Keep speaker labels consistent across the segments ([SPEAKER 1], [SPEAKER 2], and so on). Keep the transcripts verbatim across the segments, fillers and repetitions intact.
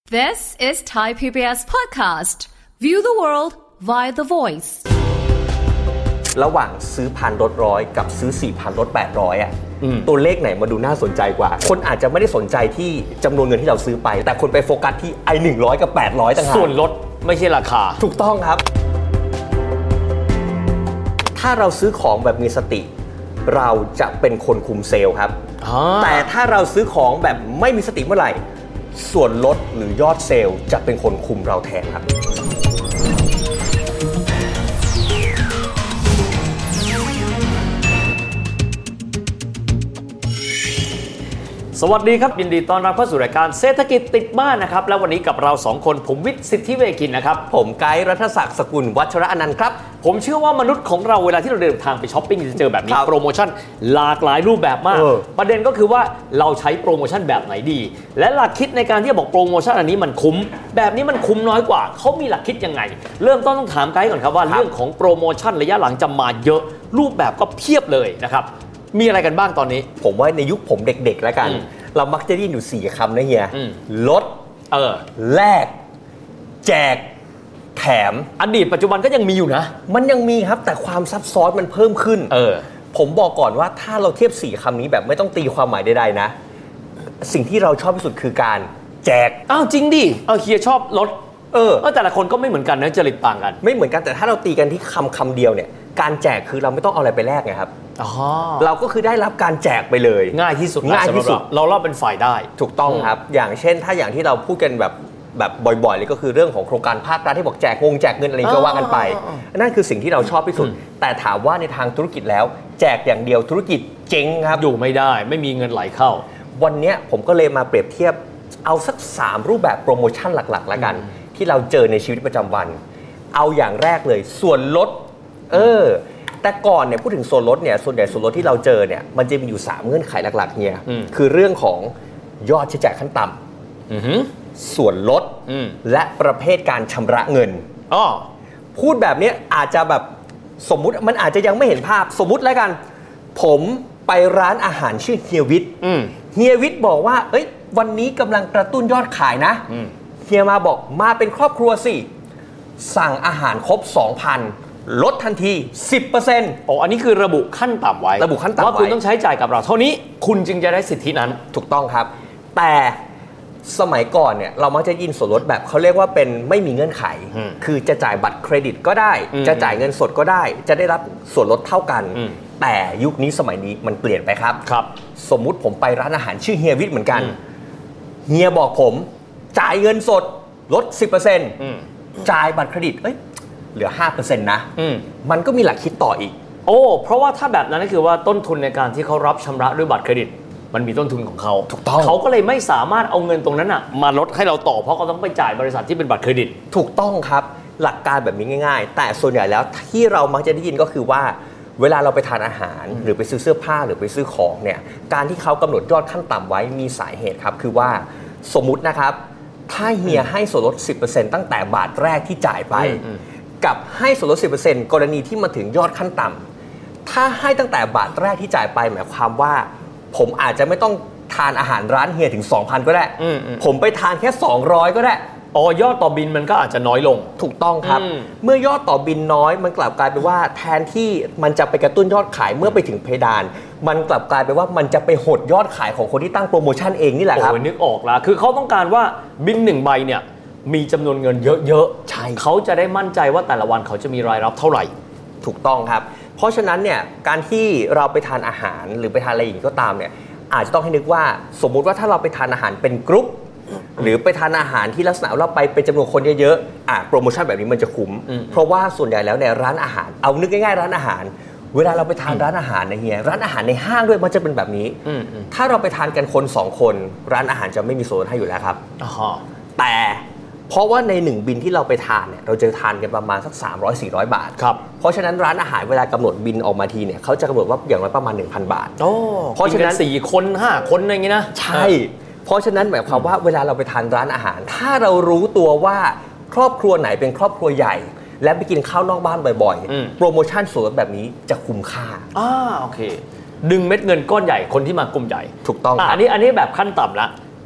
[SPEAKER 1] This is Thai พี บี เอส podcast. View the world via the voice.
[SPEAKER 2] ระหว่างซื้อพันลดร้อยกับซื้อสี่พันลดแปดร้อยอ่ะตัวเลขไหนมาดูน่าสนใจกว่าคนอาจจะไม่ได้สนใจที่จำนวนเงินที่เราซื้อไปแต่คนไปโฟกัสที่ไอ้หนึ่งร้อยกับแปดร้อยต่างหาก
[SPEAKER 3] ส่วนลดไม่ใช่ราคา
[SPEAKER 2] ถูกต้องครับถ้าเราซื้อของแบบมีสติเราจะเป็นคนคุมเซลล์ครับแต่ถ้าเราซื้อของแบบไม่มีสติเมื่อไหร่ส่วนลดหรือยอดเซลล์จะเป็นคนคุมเราแทนครับ
[SPEAKER 3] สวัสดีครับยินดีต้อนรับเข้าสู่รายการเศรษฐกิจติดบ้านนะครับและวันนี้กับเราสองคนผมวิทย์สิทธิเวคินนะครับ
[SPEAKER 2] ผมไกด์รัฐศักดิ์สกุลวัชระอนันต์ครับ
[SPEAKER 3] ผมเชื่อว่ามนุษย์ของเราเวลาที่เราเดินทางไปช้อปปิ้งจะเจอแบบนี้โปรโมชั่นหลากหลายรูปแบบมากประเด็นก็คือว่าเราใช้โปรโมชั่นแบบไหนดีและหลักคิดในการที่จะบอกโปรโมชั่นอันนี้มันคุ้มแบบนี้มันคุ้มน้อยกว่าเขามีหลักคิดยังไงเริ่มต้นต้องถามไกด์ก่อนครับว่าเรื่องของโปรโมชั่นระยะหลังจะมาเยอะรูปแบบก็เพียบเลยนะครับมีอะไรกันบ้างตอนนี้
[SPEAKER 2] ผมว่าในยุคผมเด็กๆแล้วกันเรามักจะได้ยินอยู่สี่คำนะเฮียลด
[SPEAKER 3] เออ
[SPEAKER 2] แลกแจกแถม
[SPEAKER 3] อดีตปัจจุบันก็ยังมีอยู่นะ
[SPEAKER 2] มันยังมีครับแต่ความซับซ้อนมันเพิ่มขึ้น
[SPEAKER 3] เออ
[SPEAKER 2] ผมบอกก่อนว่าถ้าเราเทียบสี่คำนี้แบบไม่ต้องตีความหมายใดๆนะสิ่งที่เราชอบที่สุดคือการแจก
[SPEAKER 3] อ้าวจริงดิเออเฮียชอบลด
[SPEAKER 2] เออ
[SPEAKER 3] แต่ละคนก็ไม่เหมือนกันนะจริตต่างกัน
[SPEAKER 2] ไม่เหมือนกันแต่ถ้าเราตีกันที่คำคำเดียวเนี่ยการแจกคือเราไม่ต้องเอาอะไรไปแลกไงครับเราก็คือได้รับการแจกไปเลย
[SPEAKER 3] ง่ายที่สุด
[SPEAKER 2] ง่ายที่สุด
[SPEAKER 3] เราเล่าเป็นฝ่ายได้
[SPEAKER 2] ถูกต้องครับอย่างเช่นถ้าอย่างที่เราพูดกันแบบแบบบ่อยๆเลยก็คือเรื่องของโครงการภาครัฐที่บอกแจกงงแจกเงินอะไรก็ว่ากันไปนั่นคือสิ่งที่เราชอบที่สุดแต่ถามว่าในทางธุรกิจแล้วแจกอย่างเดียวธุรกิจเจ๊งครับ
[SPEAKER 3] อยู่ไม่ได้ไม่มีเงินไหลเข้า
[SPEAKER 2] วันนี้ผมก็เลยมาเปรียบเทียบเอาสักสามรูปแบบโปรโมชั่นหลักๆแล้วกันที่เราเจอในชีวิตประจำวันเอาอย่างแรกเลยส่วนลดเออแต่ก่อนเนี่ยพูดถึงส่วนลดเนี่ยส่วนใหญ่ส่วนลดที่เราเจอเนี่ยมันจะมีอยู่สามเงื่อนไขหลักๆเนี่ยคือเรื่องของยอดใช้จ่ายขั้นต่ำส่วนลดและประเภทการชำระเงิน
[SPEAKER 3] อ๋อ
[SPEAKER 2] พูดแบบนี้อาจจะแบบสมมุติมันอาจจะยังไม่เห็นภาพสมมุติแล้วกันผมไปร้านอาหารชื่อเฮียวิทย์เฮียวิทย์บอกว่าเอ้ยวันนี้กำลังกระตุ้นยอดขายนะเฮียมาบอกมาเป็นครอบครัวสิสั่งอาหารครบ สองพันลดทันที สิบเปอร์เซ็นต์
[SPEAKER 3] โอ้อันนี้คือระบุขั้นต่ำไว้
[SPEAKER 2] ระบุขั้นต่ำไว้
[SPEAKER 3] ว่าคุณต้องใช้จ่ายกับเราเท่านี้คุณจึงจะได้สิทธินั้น
[SPEAKER 2] ถูกต้องครับแต่สมัยก่อนเนี่ยเรามักจะยินส่วนลดแบบเขาเรียกว่าเป็นไม่มีเงื่อนไขคือจะจ่ายบัตรเครดิตก็ได้จะจ่ายเงินสดก็ได้จะได้รับส่วนลดเท่ากันแต่ยุคนี้สมัยนี้มันเปลี่ยนไปครับ
[SPEAKER 3] ครับ
[SPEAKER 2] สมมุติผมไปร้านอาหารชื่อเฮียวิทย์เหมือนกันเฮียบอกผมจ่ายเงินสดลด สิบเปอร์เซ็นต์ จ่ายบัตรเครดิตเอ้ยเหลือ ห้าเปอร์เซ็นต์ นะมันก็มีหลักคิดต่ออีก
[SPEAKER 3] โอ้เพราะว่าถ้าแบบนั้นก็คือว่าต้นทุนในการที่เขารับชำระด้วยบัตรเครดิตมันมีต้นทุนของเขา
[SPEAKER 2] ถูกต้อง
[SPEAKER 3] เขาก็เลยไม่สามารถเอาเงินตรงนั้นน่ะมาลดให้เราต่อเพราะเขาต้องไปจ่ายบริษัทที่เป็นบัตรเครดิต
[SPEAKER 2] ถูกต้องครับหลักการแบบนี้ง่ายๆแต่ส่วนใหญ่แล้วที่เรามักจะได้ยินก็คือว่าเวลาเราไปทานอาหารหรือไปซื้อเสื้อผ้าหรือไปซื้อของเนี่ยการที่เขากำหนดยอดขั้นต่ำไว้มีสาเหตุครับคือว่าสมมุตินะครับถ้าเฮียให้ส่วนลด สิบเปอร์เซ็นต์ ตั้งแต่บาทแรกที่จ่ายไปกับให้ส่วนลด สิบเปอร์เซ็นต์ กรณีที่มาถึงยอดขั้นต่ำถ้าให้ตั้งแต่บาทแรกที่จ่ายไปหมายความว่าผมอาจจะไม่ต้องทานอาหารร้านเฮียถึง สองพัน ก็ได้ผมไปทานแค่สองร้อยก็ได้
[SPEAKER 3] อ๋อยอดต่อบินมันก็อาจจะน้อยลง
[SPEAKER 2] ถูกต้องครับเมื่อยอดต่อบินน้อยมันกลับกลายเป็นว่าแทนที่มันจะไปกระตุ้นยอดขายเมื่อไปถึงเพดานมันกลับกลายเป็นว่ามันจะไปหดยอดขายของคนที่ตั้งโปรโมชั่นเองนี่แหละครับ
[SPEAKER 3] โอ้ยนึกออกแล้วคือเขาต้องการว่าบินหนึ่งใบเนี่ยมีจำนวนเงินเยอะ
[SPEAKER 2] ๆใช่
[SPEAKER 3] เขาจะได้มั่นใจว่าแต่ละวันเขาจะมีรายรับเท่าไหร่
[SPEAKER 2] ถูกต้องครับเพราะฉะนั้นเนี่ยการที่เราไปทานอาหารหรือไปทานอะไรอย่างนี้ก็ตามเนี่ยอาจจะต้องให้นึกว่าสมมุติว่าถ้าเราไปทานอาหารเป็นกรุ๊ปหรือไปทานอาหารที่ลักษณะเราไปเป็นจำนวนคนเยอะๆอ่ะโปรโมชั่นแบบนี้มันจะคุ้มเพราะว่าส่วนใหญ่แล้วในร้านอาหารเอานึกง่ายๆร้านอาหารเวลาเราไปทานร้านอาหารนะเฮียร้านอาหารในห้างด้วยมันจะเป็นแบบนี้ถ้าเราไปทานกันคนสองคนร้านอาหารจะไม่มีส่วนลดให้อยู่แล้วครับแต่เพราะว่าในหนึ่งบินที่เราไปทานเนี่ยเราจะทานกันประมาณสัก สามร้อยถึงสี่ร้อย บาท
[SPEAKER 3] ครับ
[SPEAKER 2] เพราะฉะนั้นร้านอาหารเวลากำหนดบินออกมาทีเนี่ยเขาจะกำหนดว่าอย่างน้อยประมาณ หนึ่งพัน บาท
[SPEAKER 3] โอ้เพราะฉะนั้นสี่คนห้าคนอะไรอย่างงี้นะ
[SPEAKER 2] ใช่เพราะฉะนั้นหมายความว่าเวลาเราไปทานร้านอาหารถ้าเรารู้ตัวว่าครอบครัวไหนเป็นครอบครัวใหญ่และไปกินข้าวนอกบ้านบ่อยๆโปรโมชั่นส่วนลดแบบนี้จะคุ้มค่า
[SPEAKER 3] อ่าโอเคดึงเม็ดเงินก้อนใหญ่คนที่มากลุ่มใหญ่
[SPEAKER 2] ถูกต้อง
[SPEAKER 3] อันนี้อันนี้แบบขั้นต่ำละ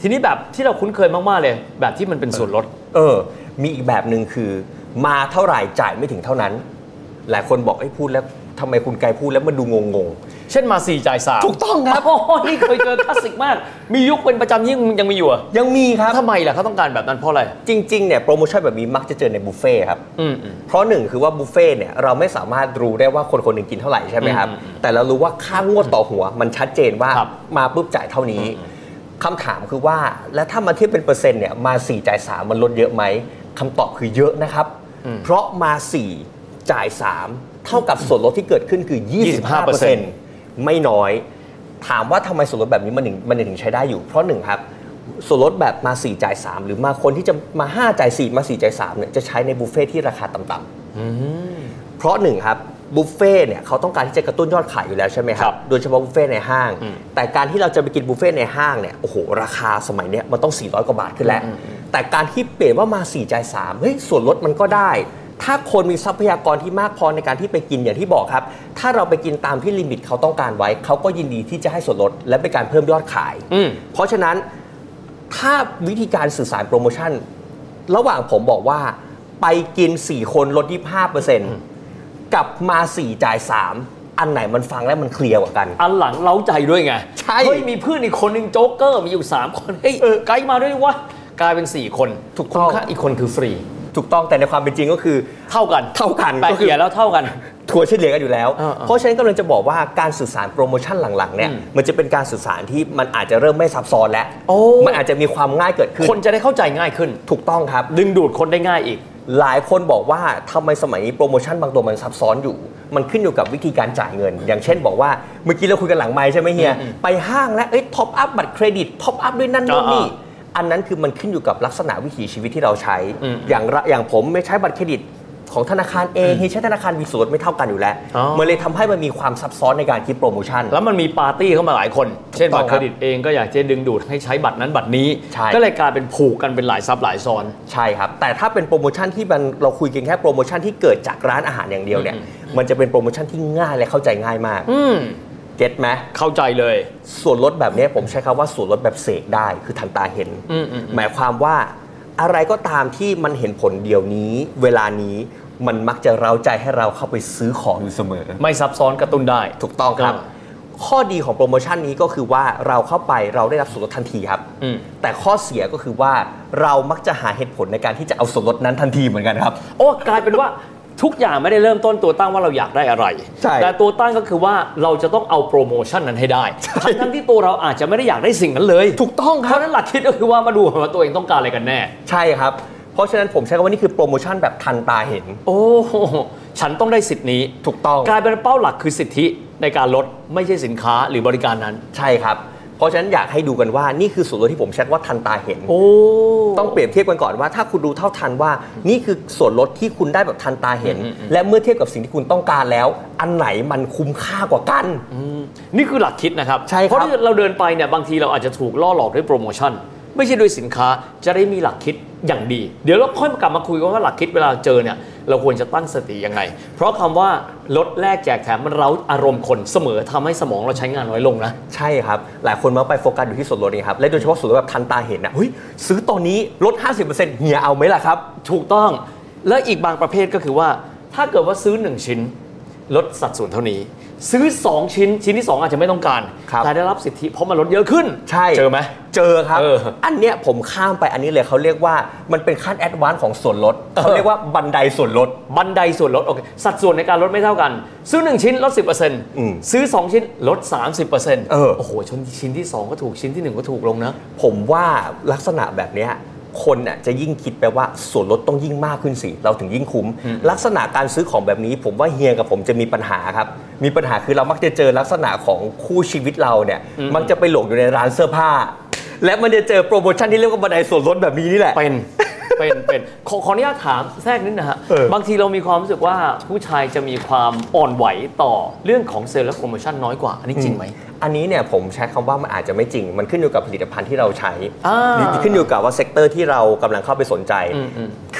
[SPEAKER 3] ทีนี้แบบที่เราคุ้นเคยมากๆเลยแบบที่มันเป็นส่วนลด
[SPEAKER 2] เออมีอีกแบบนึงคือมาเท่าไหร่จ่ายไม่ถึงเท่านั้นหลายคนบอกไอ้พูดแล้วทำไมคุณไกพูดแล้วมันดูงง
[SPEAKER 3] ๆเช่นมาสี่จ่ายสาม
[SPEAKER 2] ถูกต้องครับ
[SPEAKER 3] โอ้นี่เคยเจอคลาสสิกมากมียุคเป็นประจำยิ่งยังมีอยู่อ่ะ
[SPEAKER 2] ยังมีครับ
[SPEAKER 3] ทำไมล่ะเขาต้องการแบบนั้นเพราะอะไร
[SPEAKER 2] จริงๆเนี่ยโปรโมชั่นแบบนี้มักจะเจอในบุฟเฟ่ครับเพราะหนึ่งคือว่าบุฟเฟ่เนี่ยเราไม่สามารถรู้ได้ว่าคนคนหนึ่งกินเท่าไหร่ใช่ไหมครับแต่เรารู้ว่าค่างวดต่อหัวมันชัดเจนว่ามาปุ๊บจ่ายเท่านี้คำถามคือว่าแล้วถ้ามาเทียบเป็นเปอร์เซ็นต์เนี่ยมาสี่จ่ายสามมันลดเยอะไหมคำตอบคือเยอะนะครับเพราะมาสี่จ่ายสามเท่ากับส่วนลดที่เกิดขึ้นคือ ยี่สิบห้าเปอร์เซ็นต์ ไม่น้อยถามว่าทำไมส่วนลดแบบนี้มันถึงมันถึงใช้ได้อยู่เพราะหนึ่งครับส่วนลดแบบมาสี่จ่ายสามหรือมาคนที่จะมาห้าจ่ายสี่มาสี่จ่ายสามเนี่ยจะใช้ในบุฟเฟ่ที่ราคาต่ำๆเพราะหนึ่งครับบุฟเฟ่เนี่ยเขาต้องการที่จะกระตุ้นยอดขายอยู่แล้วใช่ไหมครับโดยเฉพาะบุฟเฟ่ในห้างแต่การที่เราจะไปกินบุฟเฟ่ในห้างเนี่ยโอ้โหราคาสมัยเนี้ยมันต้องสี่ร้อยกว่าบาทขึ้นแล้วแต่การที่เปลี่ยนว่ามาสี่จ่ายสามเฮ้ยส่วนลดมันก็ได้ถ้าคนมีทรัพยากรที่มากพอในการที่ไปกินอย่างที่บอกครับถ้าเราไปกินตามที่ลิมิตเขาต้องการไว้เขาก็ยินดีที่จะให้ส่วนลดและเป็นการเพิ่มยอดขายเพราะฉะนั้นถ้าวิธีการสื่อสารโปรโมชั่นระหว่างผมบอกว่าไปกินสี่คนลด ยี่สิบห้าเปอร์เซ็นต์ กับมาสี่จ่ายสามอันไหนมันฟังแล้วมันเคลียร์กว่ากัน
[SPEAKER 3] อันหลังเล้าใจด้วยไง
[SPEAKER 2] ใช่
[SPEAKER 3] เฮ้ยมีเพื่อนอีกคนนึงโจ๊กเกอร์มีอยู่สามคนเฮ้ยเออไกด์มาด้วยวะกลายเป็นสี่คน
[SPEAKER 2] ถูกต้อง
[SPEAKER 3] อีกคนคือฟรี
[SPEAKER 2] ถูกต้องแต่ในความเป็นจริงก็คือ
[SPEAKER 3] เท่ากัน
[SPEAKER 2] เท่ากัน
[SPEAKER 3] ก็คือแล้วเท่ากัน
[SPEAKER 2] ทัวร์เฉลี่ยกันอยู่แล้วเพราะฉะนั้นกำลังจะบอกว่าการสื่อสารโปรโมชั่นหลังๆเนี่ยมันจะเป็นการสื่อสารที่มันอาจจะเริ่มไม่ซับซ้อนแล้วมันอาจจะมีความง่ายเกิดขึ้น
[SPEAKER 3] คนจะได้เข้าใจง่ายขึ้น
[SPEAKER 2] ถูกต้องครับ
[SPEAKER 3] ดึงดูดคนได้ง่ายอีก
[SPEAKER 2] หลายคนบอกว่าทำไมสมัยนี้โปรโมชั่นบางตัวมันซับซ้อนอยู่มันขึ้นอยู่กับวิธีการจ่ายเงินอย่างเช่นบอกว่าเมื่อกี้เราคุยกันหลังไมค์ใช่ไหมเฮียไปห้างแล้วเอ้ยท็อปอัพบัตรเครดิตท็อปอัพด้วยนั่นนู่นนี่อันนั้นคือมันขึ้นอยู่กับลักษณะวิถีชีวิตที่เราใช้อย่างอย่างผมไม่ใช้บัตรเครดิตของธนาคารเองที่ใช้ธนาคารมีส่วนลดไม่เท่ากันอยู่แล้วมันเลยทำให้มันมีความซับซ้อนในการคิดโปรโมชั่น
[SPEAKER 3] แล้วมันมีปาร์ตี้เข้ามาหลายคนเช่นบัตรเครดิตเองก็อยากจะดึงดูดให้ใช้บัตรนั้นบัตรนี้ก็เลยกลายเป็นผูกกันเป็นหลายซับหลายซ้อน
[SPEAKER 2] ใช่ครับแต่ถ้าเป็นโปรโมชั่นที่มันเราคุยกันแค่โปรโมชั่นที่เกิดจากร้านอาหารอย่างเดียวเนี่ยมันจะเป็นโปรโมชั่นที่ง่ายและเข้าใจง่ายมากเก็ตไหม
[SPEAKER 3] เข้าใจเลย
[SPEAKER 2] ส่วนลดแบบนี้ผมใช้คำว่าส่วนลดแบบเสกได้คือทันตาเห็นหมายความว่าอะไรก็ตามที่มันเห็นผลเดี๋ยวนี้เวลานี้มันมักจะเร้าใจให้เราเข้าไปซื้อของอยู่เสมอ
[SPEAKER 3] ไม่ซับซ้อนกระตุ้นได้
[SPEAKER 2] ถูกต้องครับข้อดีของโปรโมชั่นนี้ก็คือว่าเราเข้าไปเราได้รับส่วนลดทันทีครับแต่ข้อเสียก็คือว่าเรามักจะหาเหตุผลในการที่จะเอาส่วนลดนั้นทันทีเหมือนกันครับ
[SPEAKER 3] โอ้กลายเป็นว่าทุกอย่างไม่ได้เริ่มต้นตัวตั้งว่าเราอยากได้อะไรแต่ตัวตั้งก็คือว่าเราจะต้องเอาโปรโมชั่นนั้นให้ได้ทั้งที่ตัวเราอาจจะไม่ได้อยากได้สิ่งนั้นเลย
[SPEAKER 2] ถูกต้องครับ
[SPEAKER 3] เพราะนั้นหลักคิดก็คือว่ามาดูว่าตัวเองต้องการอะไรกันแน่
[SPEAKER 2] ใช่ครับเพราะฉะนั้นผมใช้คำว่านี่คือโปรโมชั่นแบบทันตาเห็น
[SPEAKER 3] โอ้ฉันต้องได้สิทธินี้
[SPEAKER 2] ถูกต้อง
[SPEAKER 3] กลายเป็นเป้าหลักคือสิทธิในการลดไม่ใช่สินค้าหรือบริการนั้น
[SPEAKER 2] ใช่ครับเพราะฉะนั้นอยากให้ดูกันว่านี่คือส่วนลดที่ผมใช้ว่าทันตาเห็น
[SPEAKER 3] โอ้
[SPEAKER 2] ต้องเปรียบเทียบกันก่อนว่าถ้าคุณดูเท่าทันว่านี่คือส่วนลดที่คุณได้แบบทันตาเห็นและเมื่อเทียบกับสิ่งที่คุณต้องการแล้วอันไหนมันคุ้มค่ากว่ากัน
[SPEAKER 3] นี่คือหลักคิดนะครับ
[SPEAKER 2] ใช่ครับ
[SPEAKER 3] เพราะที่เราเดินไปเนี่ยบางทีเราอาจจะถูกล่อหลอกด้วยโปรโมชั่นไม่ใช่ด้วยสินค้าจะได้มีหลักคิดอย่างดีเดี๋ยวเราค่อยกลับมาคุยกันว่าหลักคิดเวลาเจอเนี่ยเราควรจะตั้งสติยังไงเพราะคำว่าลดแลกแจกแถมมันเร้าอารมณ์คนเสมอทำให้สมองเราใช้งานน้อยลงนะ
[SPEAKER 2] ใช่ครับหลายคนมาไปโฟกัสอยู่ที่ส่วนลดนี่ครับและโดยเฉพาะส่วนลดแบบทันตาเห็นนะเฮ้ยซื้อตอนนี้ลด ห้าสิบเปอร์เซ็นต์ เฮียเอาไหมล่ะครับ
[SPEAKER 3] ถูกต้องและอีกบางประเภทก็คือว่าถ้าเกิดว่าซื้อหนึ่งชิ้นลดสัดส่วนเท่านี้ซื้อสองชิ้นชิ้นที่สองอาจจะไม่ต้องการแต่ได้รับสิทธิเพราะมันลดเยอะขึ้น
[SPEAKER 2] ใช่
[SPEAKER 3] เจอไหม
[SPEAKER 2] เจอครับอออันเนี้ยผมข้ามไปอันนี้เลยเขาเรียกว่ามันเป็นขั้นแอดวานซ์ของส่วนลดเขาเรียกว่าบันไดส่วนลด
[SPEAKER 3] บันไดส่วนลดโอเคสัดส่วนในการลดไม่เท่ากันซื้อหนึ่งชิ้นลด สิบเปอร์เซ็นต์
[SPEAKER 2] อืม
[SPEAKER 3] ซื้อสองชิ้นลด สามสิบเปอร์เซ็นต์
[SPEAKER 2] เออ
[SPEAKER 3] โอ้โหชิ้นที่สองก็ถูกชิ้นที่หนึ่งก็ถูกลงนะ
[SPEAKER 2] ผมว่าลักษณะแบบเนี้ยคนน่ะจะยิ่งคิดไปว่าส่วนลดต้องยิ่งมากขึ้นสิเราถึงยิ่งคุ้มลักษณะการซื้อของแบบนี้ผมว่าเฮียกับผมจะมีปัญหาครับมีปัญหาคือเรามักจะเจอลักษณะของคู่ชีวิตเราเนี่ยมักจะไปหลงอยู่ในร้านเสื้อผ้าและมันจะเจอโปรโมชั่นที่เรียกว่าบันไดส่วนลดแบบนี้นี่แหละ
[SPEAKER 3] เป็นเป็นเป็นขอขออนุญาตถามแทรกนิดนะฮะบางทีเรามีความรู้สึกว่าผู้ชายจะมีความอ่อนไหวต่อเรื่องของเซลล์และโปรโมชั่นน้อยกว่าอันนี้จริงไหม
[SPEAKER 2] อันนี้เนี่ยผมใช้คำว่ามันอาจจะไม่จริงมันขึ้นอยู่กับผลิตภัณฑ์ที่เราใช้ขึ้นอยู่กับว่าเซกเตอร์ที่เรากำลังเข้าไปสนใจค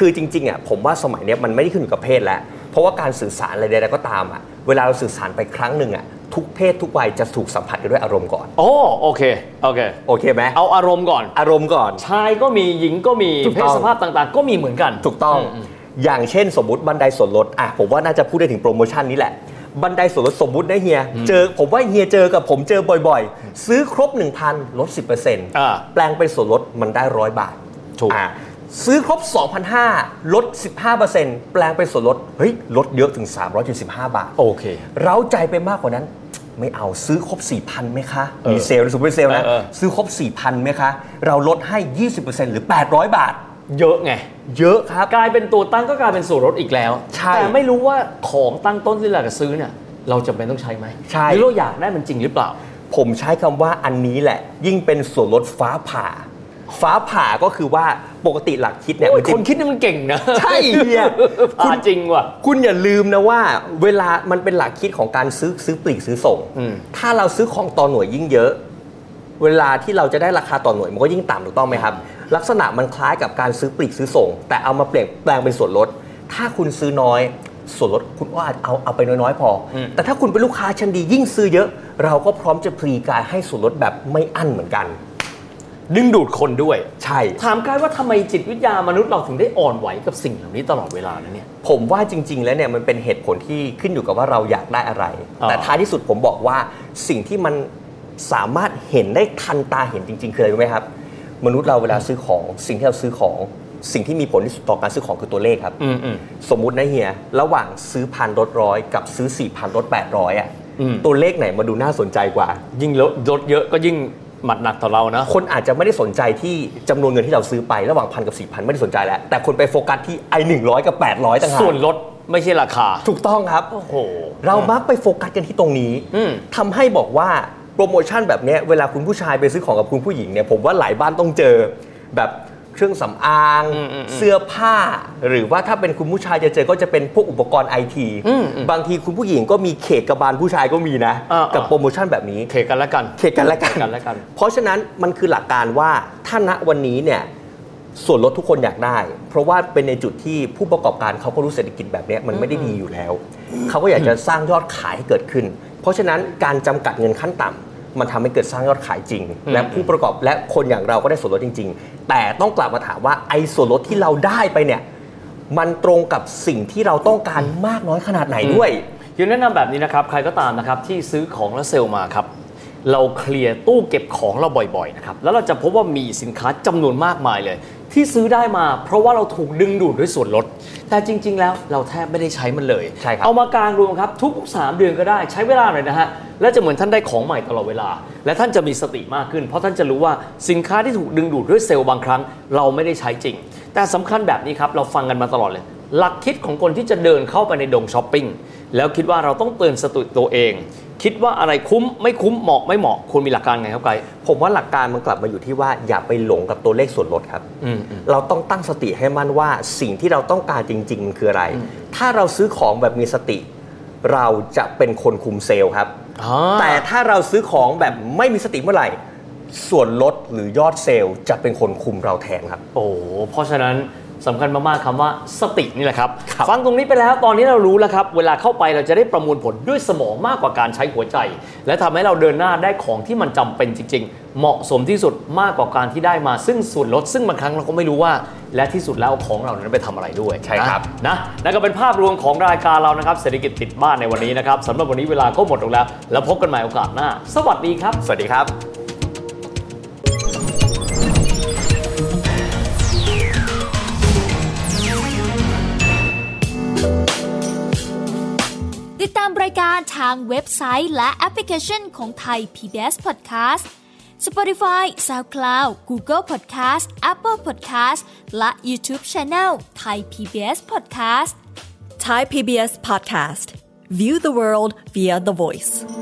[SPEAKER 2] คือจริงๆอ่ะผมว่าสมัยนี้มันไม่ได้ขึ้นอยู่กับเพศแล้วเพราะว่าการสื่อสารอะไรใดๆก็ตามอ่ะเวลาเราสื่อสารไปครั้งหนึ่งอ่ะทุกเพศทุกวัยจะถูกสัมผัสกันด้วยอารมณ์ก่อน
[SPEAKER 3] โอ้โอเคโอเค
[SPEAKER 2] โอเคไหม
[SPEAKER 3] เอาอารมณ์ก่อน
[SPEAKER 2] อารมณ์ก่อน
[SPEAKER 3] ชายก็มีหญิงก็มีเพศสภาพต่างๆก็มีเหมือนกัน
[SPEAKER 2] ถูกต้องอย่างเช่นสมมุติบันไดส่วนลดอ่ะผมว่าน่าจะพูดได้ถึงโปรโมชั่นนี้แหละบันไดส่วนลดสมมุตินะเฮียเจอผมว่าเฮียเจอกับผมเจอบ่อยๆซื้อครบ หนึ่งพัน ลด สิบเปอร์เซ็นต์ อ่าแปลงเป็นส่วนลดมันได้หนึ่งร้อยบาทถูกอ่าซื้อครบ สองพันห้าร้อย ลด สิบห้าเปอร์เซ็นต์ แปลงเป็นส่วนลดเฮ้ยลดเยอะถึงสามร้อยเจ็ดสิบห้าบาทโอเคเร้าใจไปมากกว่านั้นไม่เอาซื้อครบ สี่พัน ไหมคะมีเซลล์สุดเป็นเซลล์นะซื้อครบ สี่พัน ไหมคะเราลดให้ ยี่สิบเปอร์เซ็นต์ หรือแปดร้อยบาท
[SPEAKER 3] เยอะไง
[SPEAKER 2] เยอะครับ
[SPEAKER 3] กลายเป็นตัวตั้งก็กลายเป็นส่วนลดอีกแล้วแต่ไม่รู้ว่าของตั้งต้นที่เราจะซื้อเนี่ยเราจำเป็นต้องใช้ไหมหรือเราอยากได้มันจริงหรือเปล่า
[SPEAKER 2] ผมใช้คำว่าอันนี้แหละยิ่งเป็นส่วนลดฟ้าผ่าฟ้าผ่าก็คือว่าปกติหลักคิดเนี่ย
[SPEAKER 3] คนคิดนี่มันเก่งนะ
[SPEAKER 2] ใช่เนี่ย
[SPEAKER 3] คุณจริงว่ะ
[SPEAKER 2] คุณอย่าลืมนะว่าเวลามันเป็นหลักคิดของการซื้อซื้อปลีกซื้อส่งถ้าเราซื้อของต่อหน่วยยิ่งเยอะเวลาที่เราจะได้ราคาต่อหน่วยมันก็ยิ่งต่ำถูกต้องไหมครับลักษณะมันคล้ายกับการซื้อปลีกซื้อส่งแต่เอามาเปลี่ยนแปลงเป็นส่วนลดถ้าคุณซื้อน้อยส่วนลดคุณก็อาจเอาเอาไปน้อยๆพอแต่ถ้าคุณเป็นลูกค้าชั้นดียิ่งซื้อเยอะเราก็พร้อมจะพรีกายให้ส่วนลดแบบไม่อั้นเหมือนกัน
[SPEAKER 3] ดึงดูดคนด้วย
[SPEAKER 2] ใช่
[SPEAKER 3] ถามกายว่าทำไมจิตวิทยามนุษย์เราถึงได้อ่อนไหวกับสิ่งเหล่านี้ตลอดเวลานะเนี่ย
[SPEAKER 2] ผมว่าจริงๆแล้วเนี่ยมันเป็นเหตุผลที่ขึ้นอยู่กับว่าเราอยากได้อะไรแต่ท้ายที่สุดผมบอกว่าสิ่งที่มันสามารถเห็นได้ทันตาเห็นจริงๆคืออะไรรู้ไหมครับมนุษย์เราเวลาซื้อของสิ่งที่เราซื้อของสิ่งที่มีผลที่สุดต่อการซื้อของคือตัวเลขครับสมมุตินะเฮียระหว่างซื้อพันลดร้อยกับซื้อสี่พันลดแปดร้อยอ่ะตัวเลขไหนมาดูน่าสนใจกว่า
[SPEAKER 3] ยิ่งลดเยอะก็ยิ่งหมัดหนักต่อเรานะ
[SPEAKER 2] คนอาจจะไม่ได้สนใจที่จำนวนเงินที่เราซื้อไประหว่างพันกับสี่พันไม่ได้สนใจแล้วแต่คนไปโฟกัสที่ไอ้หนึ่งร้อยกับแปดร้อยต่างหาก
[SPEAKER 3] ส่วนลดไม่ใช่ราคา
[SPEAKER 2] ถูกต้องครับโอ้โหเรามักไปโฟกัสกันที่ตรงนี้ทำให้บอกว่าโปรโมชั่นแบบนี้เวลาคุณผู้ชายไปซื้อของกับคุณผู้หญิงเนี่ยผมว่าหลายบ้านต้องเจอแบบเครื่องสำอางเสื้อผ้าหรือว่าถ้าเป็นคุณผู้ชายจะเจอก็จะเป็นพวกอุปกรณ์ไอทีบางทีคุณผู้หญิงก็มีเขตกระบาลผู้ชายก็มีนะกับโปรโมชั่นแบบนี้
[SPEAKER 3] เขตกันและกัน
[SPEAKER 2] เขตกันและกันเพราะฉะนั้นมันคือหลักการว่าถ้าณวันนี้เนี่ยส่วนลดทุกคนอยากได้เพราะว่าเป็นในจุดที่ผู้ประกอบการเขาก็รู้เศรษฐกิจแบบนี้มันไม่ได้ดีอยู่แล้วเขาก็อยากจะสร้างยอดขายให้เกิดขึ้นเพราะฉะนั้นการจำกัดเงินขั้นต่ำมันทำให้เกิดสร้างยอดขายจริงและผู้ประกอบและคนอย่างเราก็ได้ส่วนลดจริงๆแต่ต้องกลับมาถามว่าไอ้ส่วนลดที่เราได้ไปเนี่ยมันตรงกับสิ่งที่เราต้องการมากน้อยขนาดไหนด้วย
[SPEAKER 3] คือแนะนำแบบนี้นะครับใครก็ตามนะครับที่ซื้อของแล้วเซลล์มาครับเราเคลียร์ตู้เก็บของเราบ่อยๆนะครับแล้วเราจะพบว่ามีสินค้าจำนวนมากมายเลยที่ซื้อได้มาเพราะว่าเราถูกดึงดูดด้วยส่วนลดแต่จริงๆแล้วเราแทบไม่ได้ใช้มันเลย
[SPEAKER 2] ใช่ครับ
[SPEAKER 3] เอามากางรวมครับทุกสามเดือนก็ได้ใช้เวลาหน่อยนะฮะและจะเหมือนท่านได้ของใหม่ตลอดเวลาและท่านจะมีสติมากขึ้นเพราะท่านจะรู้ว่าสินค้าที่ถูกดึงดูดด้วยเซลล์บางครั้งเราไม่ได้ใช้จริงแต่สำคัญแบบนี้ครับเราฟังกันมาตลอดเลยหลักคิดของคนที่จะเดินเข้าไปในดงช้อปปิ้งแล้วคิดว่าเราต้องเตือนสติตัวเองคิดว่าอะไรคุ้มไม่คุ้มเหมาะไม่เหมาะคุณมีหลักการไงครับไกด์
[SPEAKER 2] ผมว่าหลักการมันกลับมาอยู่ที่ว่าอย่าไปหลงกับตัวเลขส่วนลดครับเราต้องตั้งสติให้มั่นว่าสิ่งที่เราต้องการจริงๆมันคืออะไรถ้าเราซื้อของแบบมีสติเราจะเป็นคนคุมเซลล์ครับแต่ถ้าเราซื้อของแบบไม่มีสติเมื่อไหร่ส่วนลดหรือยอดเซลล์จะเป็นคนคุมเราแทนครับ
[SPEAKER 3] โอ้เพราะฉะนั้นสำคัญมากๆคำว่าสตินี่แหละครับฟังตรงนี้ไปแล้วตอนนี้เรารู้แล้วครับเวลาเข้าไปเราจะได้ประมวลผลด้วยสมองมากกว่าการใช้หัวใจและทำให้เราเดินหน้าได้ของที่มันจำเป็นจริงๆเหมาะสมที่สุดมากกว่าการที่ได้มาซึ่งส่วนลดซึ่งบางครั้งเราก็ไม่รู้ว่าและที่สุดแล้วของเรานั้นไปทำอะไรด้วย
[SPEAKER 2] ใช่ครับ
[SPEAKER 3] นะนั่นก็เป็นภาพรวมของรายการเรานะครับเศรษฐกิจติดบ้านในวันนี้นะครับสำหรับวันนี้เวลาก็หมดลงแล้วแล้วพบกันใหม่โอกาสหน้าสวัสดีครับ
[SPEAKER 2] สวัสดีครับ
[SPEAKER 1] ติดตามรายการทางเว็บไซต์และแอปพลิเคชันของไทย พี บี เอส Podcast Spotify, SoundCloud, Google Podcast, Apple Podcast และ YouTube Channel Thai พี บี เอส Podcast
[SPEAKER 4] Thai พี บี เอส Podcast View the world via the voice